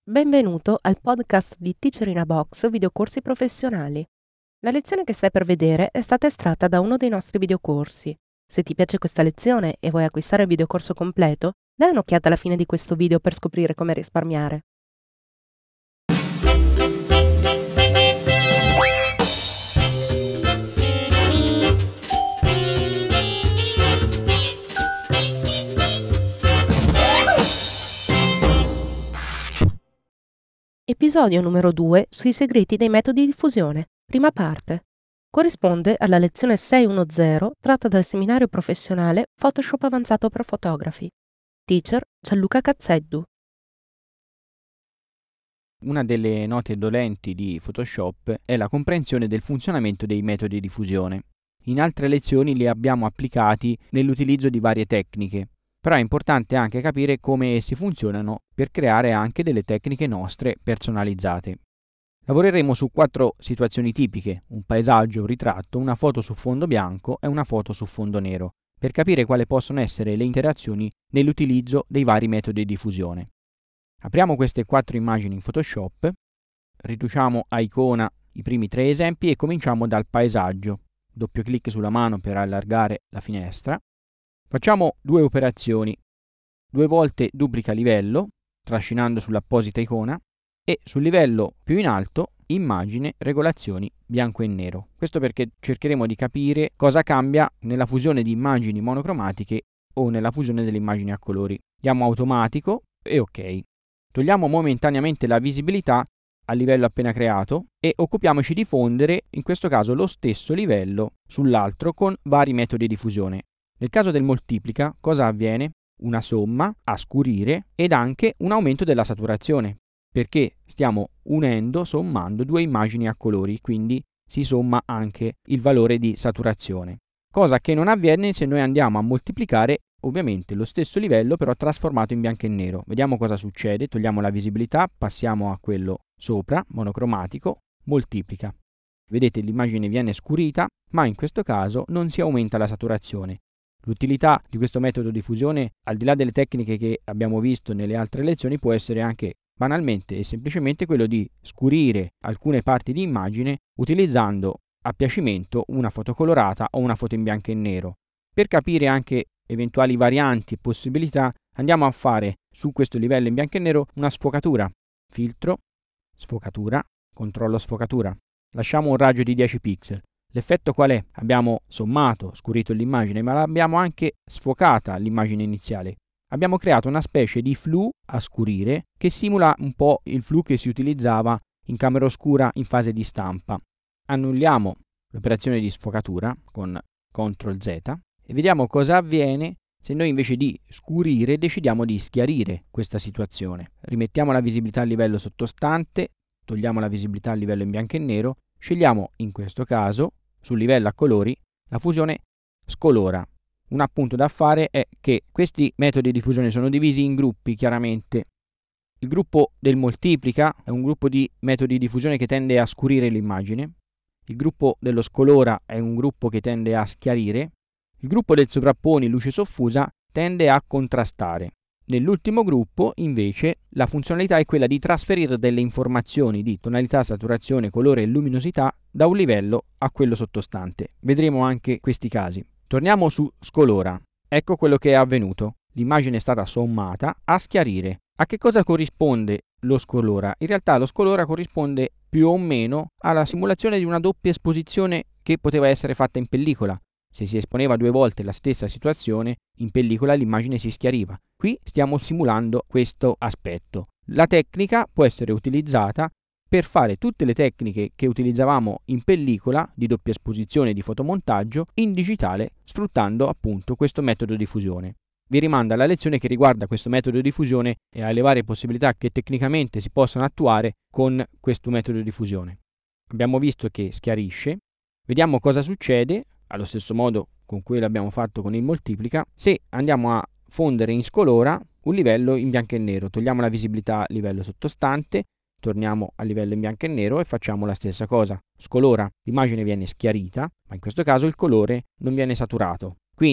Benvenuto al podcast di Teacher in a Box videocorsi professionali. La lezione che stai per vedere è stata estratta da uno dei nostri videocorsi. Se ti piace questa lezione e vuoi acquistare il videocorso completo, dai un'occhiata alla fine di questo video per scoprire come risparmiare. Episodio numero 2 sui segreti dei metodi di fusione, prima parte. Corrisponde alla lezione 610 tratta dal seminario professionale Photoshop avanzato per fotografi. Teacher Gianluca Cazzeddu. Una delle note dolenti di Photoshop è la comprensione del funzionamento dei metodi di fusione. In altre lezioni li abbiamo applicati nell'utilizzo di varie tecniche, però è importante anche capire come essi funzionano per creare anche delle tecniche nostre personalizzate. Lavoreremo su 4 situazioni tipiche: un paesaggio, un ritratto, una foto su fondo bianco e una foto su fondo nero, per capire quali possono essere le interazioni nell'utilizzo dei vari metodi di fusione. Apriamo queste 4 immagini in Photoshop, riduciamo a icona i primi 3 esempi e cominciamo dal paesaggio. Doppio clic sulla mano per allargare la finestra. Facciamo 2 operazioni. 2 volte duplica livello, trascinando sull'apposita icona, e sul livello più in alto, immagine, regolazioni, bianco e nero. Questo perché cercheremo di capire cosa cambia nella fusione di immagini monocromatiche o nella fusione delle immagini a colori. Diamo automatico e ok. Togliamo momentaneamente la visibilità al livello appena creato e occupiamoci di fondere, in questo caso, lo stesso livello sull'altro con vari metodi di fusione. Nel caso del moltiplica, cosa avviene? Una somma a scurire ed anche un aumento della saturazione, perché stiamo sommando 2 immagini a colori, quindi si somma anche il valore di saturazione. Cosa che non avviene se noi andiamo a moltiplicare ovviamente lo stesso livello però trasformato in bianco e nero. Vediamo cosa succede, togliamo la visibilità, passiamo a quello sopra, monocromatico, moltiplica. Vedete, l'immagine viene scurita, ma in questo caso non si aumenta la saturazione. L'utilità di questo metodo di fusione, al di là delle tecniche che abbiamo visto nelle altre lezioni, può essere anche banalmente e semplicemente quello di scurire alcune parti di immagine utilizzando a piacimento una foto colorata o una foto in bianco e nero. Per capire anche eventuali varianti e possibilità, andiamo a fare su questo livello in bianco e nero una sfocatura. Filtro, sfocatura, controllo sfocatura. Lasciamo un raggio di 10 pixel. L'effetto qual è? Abbiamo sommato, scurito l'immagine, ma l'abbiamo anche sfocata l'immagine iniziale. Abbiamo creato una specie di flu a scurire che simula un po' il flu che si utilizzava in camera oscura in fase di stampa. Annulliamo l'operazione di sfocatura con CTRL Z e vediamo cosa avviene se noi invece di scurire decidiamo di schiarire questa situazione. Rimettiamo la visibilità al livello sottostante, togliamo la visibilità al livello in bianco e nero, scegliamo in questo caso sul livello a colori la fusione scolora. Un appunto da fare è che questi metodi di fusione sono divisi in gruppi chiaramente. Il gruppo del moltiplica è un gruppo di metodi di fusione che tende a scurire l'immagine. Il gruppo dello scolora è un gruppo che tende a schiarire. Il gruppo del sovrapponi luce soffusa tende a contrastare. Nell'ultimo gruppo, invece, la funzionalità è quella di trasferire delle informazioni di tonalità, saturazione, colore e luminosità da un livello a quello sottostante. Vedremo anche questi casi. Torniamo su scolora. Ecco quello che è avvenuto. L'immagine è stata sommata a schiarire. A che cosa corrisponde lo scolora? In realtà lo scolora corrisponde più o meno alla simulazione di una doppia esposizione che poteva essere fatta in pellicola. Se si esponeva 2 volte la stessa situazione, in pellicola l'immagine si schiariva. Qui stiamo simulando questo aspetto. La tecnica può essere utilizzata per fare tutte le tecniche che utilizzavamo in pellicola di doppia esposizione e di fotomontaggio in digitale, sfruttando appunto questo metodo di fusione. Vi rimando alla lezione che riguarda questo metodo di fusione e alle varie possibilità che tecnicamente si possono attuare con questo metodo di fusione. Abbiamo visto che schiarisce. Vediamo cosa succede, allo stesso modo con cui l'abbiamo fatto con il moltiplica, se andiamo a fondere in scolora un livello in bianco e nero. Togliamo la visibilità a livello sottostante, torniamo al livello in bianco e nero e facciamo la stessa cosa. Scolora, l'immagine viene schiarita, ma in questo caso il colore non viene saturato. Quindi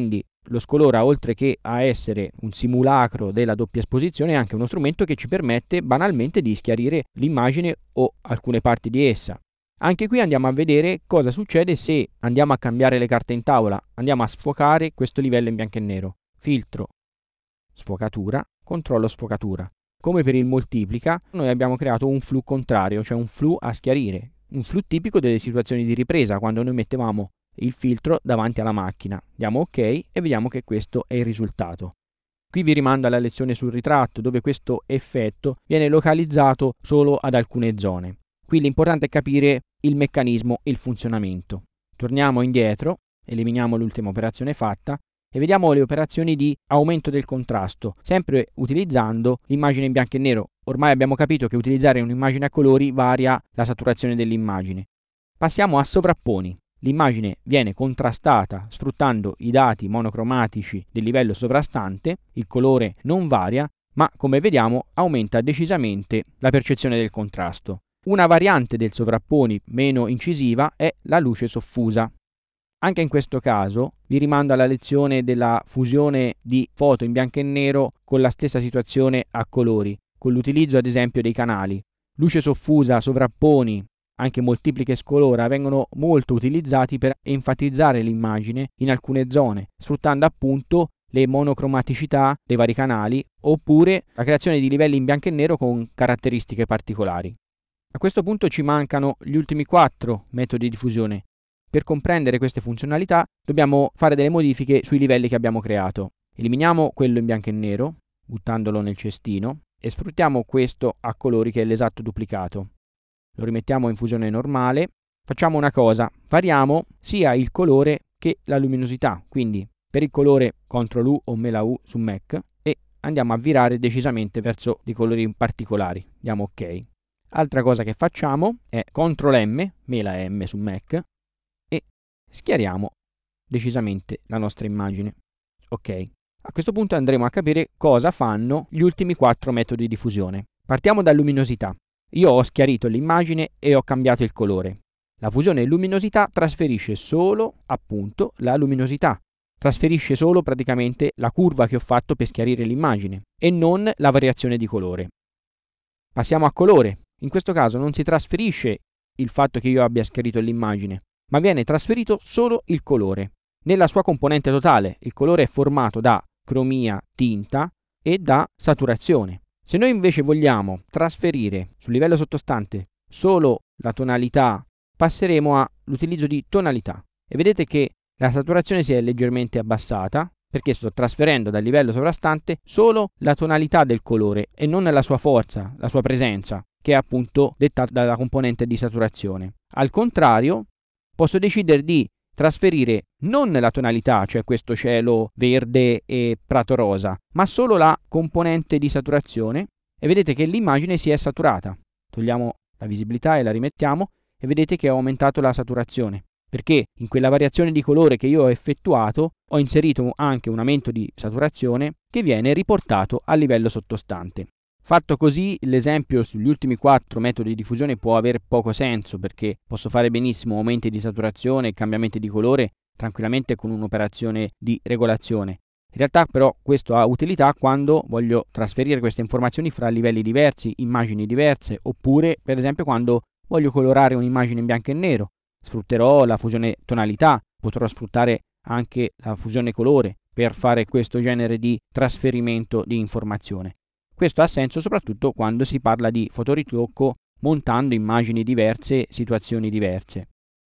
lo Scolora, oltre che a essere un simulacro della doppia esposizione, è anche uno strumento che ci permette banalmente di schiarire l'immagine o alcune parti di essa. Anche qui andiamo a vedere cosa succede se andiamo a cambiare le carte in tavola, andiamo a sfocare questo livello in bianco e nero. Filtro, sfocatura, controllo sfocatura. Come per il moltiplica, noi abbiamo creato un flu contrario, cioè un flu a schiarire, un flu tipico delle situazioni di ripresa, quando noi mettevamo il filtro davanti alla macchina. Diamo ok e vediamo che questo è il risultato. Qui vi rimando alla lezione sul ritratto, dove questo effetto viene localizzato solo ad alcune zone. Qui l'importante è capire il meccanismo e il funzionamento. Torniamo indietro, eliminiamo l'ultima operazione fatta e vediamo le operazioni di aumento del contrasto, sempre utilizzando l'immagine in bianco e nero. Ormai abbiamo capito che utilizzare un'immagine a colori varia la saturazione dell'immagine. Passiamo a sovrapponi. L'immagine viene contrastata sfruttando i dati monocromatici del livello sovrastante, il colore non varia, ma come vediamo aumenta decisamente la percezione del contrasto. Una variante del sovrapponi meno incisiva è la luce soffusa. Anche in questo caso vi rimando alla lezione della fusione di foto in bianco e nero con la stessa situazione a colori, con l'utilizzo ad esempio dei canali. Luce soffusa, sovrapponi, anche moltiplica e scolora vengono molto utilizzati per enfatizzare l'immagine in alcune zone, sfruttando appunto le monocromaticità dei vari canali oppure la creazione di livelli in bianco e nero con caratteristiche particolari. A questo punto ci mancano gli ultimi 4 metodi di fusione. Per comprendere queste funzionalità dobbiamo fare delle modifiche sui livelli che abbiamo creato. Eliminiamo quello in bianco e nero, buttandolo nel cestino, e sfruttiamo questo a colori che è l'esatto duplicato. Lo rimettiamo in fusione normale. Facciamo una cosa, variamo sia il colore che la luminosità, quindi per il colore CTRL U o Mela U su Mac e andiamo a virare decisamente verso dei colori particolari. Diamo ok. Altra cosa che facciamo è CTRL M, Mela M su Mac, e schiariamo decisamente la nostra immagine. Ok. A questo punto andremo a capire cosa fanno gli ultimi 4 metodi di fusione. Partiamo da luminosità. Io ho schiarito l'immagine e ho cambiato il colore. La fusione luminosità trasferisce solo, appunto, la luminosità. Trasferisce solo praticamente la curva che ho fatto per schiarire l'immagine e non la variazione di colore. Passiamo a colore. In questo caso non si trasferisce il fatto che io abbia schiarito l'immagine, ma viene trasferito solo il colore. Nella sua componente totale, il colore è formato da cromia, tinta e da saturazione. Se noi invece vogliamo trasferire sul livello sottostante solo la tonalità, passeremo all'utilizzo di tonalità e vedete che la saturazione si è leggermente abbassata perché sto trasferendo dal livello sovrastante solo la tonalità del colore e non la sua forza, la sua presenza, che è appunto dettata dalla componente di saturazione. Al contrario, posso decidere di trasferire non la tonalità, cioè questo cielo verde e prato rosa, ma solo la componente di saturazione e vedete che l'immagine si è saturata. Togliamo la visibilità e la rimettiamo e vedete che ho aumentato la saturazione, perché in quella variazione di colore che io ho effettuato ho inserito anche un aumento di saturazione che viene riportato al livello sottostante. Fatto così, l'esempio sugli ultimi 4 metodi di fusione può avere poco senso perché posso fare benissimo aumenti di saturazione e cambiamenti di colore tranquillamente con un'operazione di regolazione. In realtà però questo ha utilità quando voglio trasferire queste informazioni fra livelli diversi, immagini diverse, oppure per esempio quando voglio colorare un'immagine in bianco e nero. Sfrutterò la fusione tonalità, potrò sfruttare anche la fusione colore per fare questo genere di trasferimento di informazione. Questo ha senso soprattutto quando si parla di fotoritocco montando immagini diverse, situazioni diverse.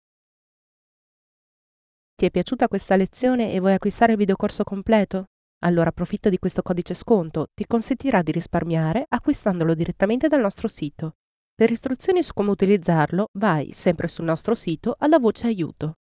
Ti è piaciuta questa lezione e vuoi acquistare il videocorso completo? Allora approfitta di questo codice sconto, ti consentirà di risparmiare acquistandolo direttamente dal nostro sito. Per istruzioni su come utilizzarlo, vai sempre sul nostro sito alla voce aiuto.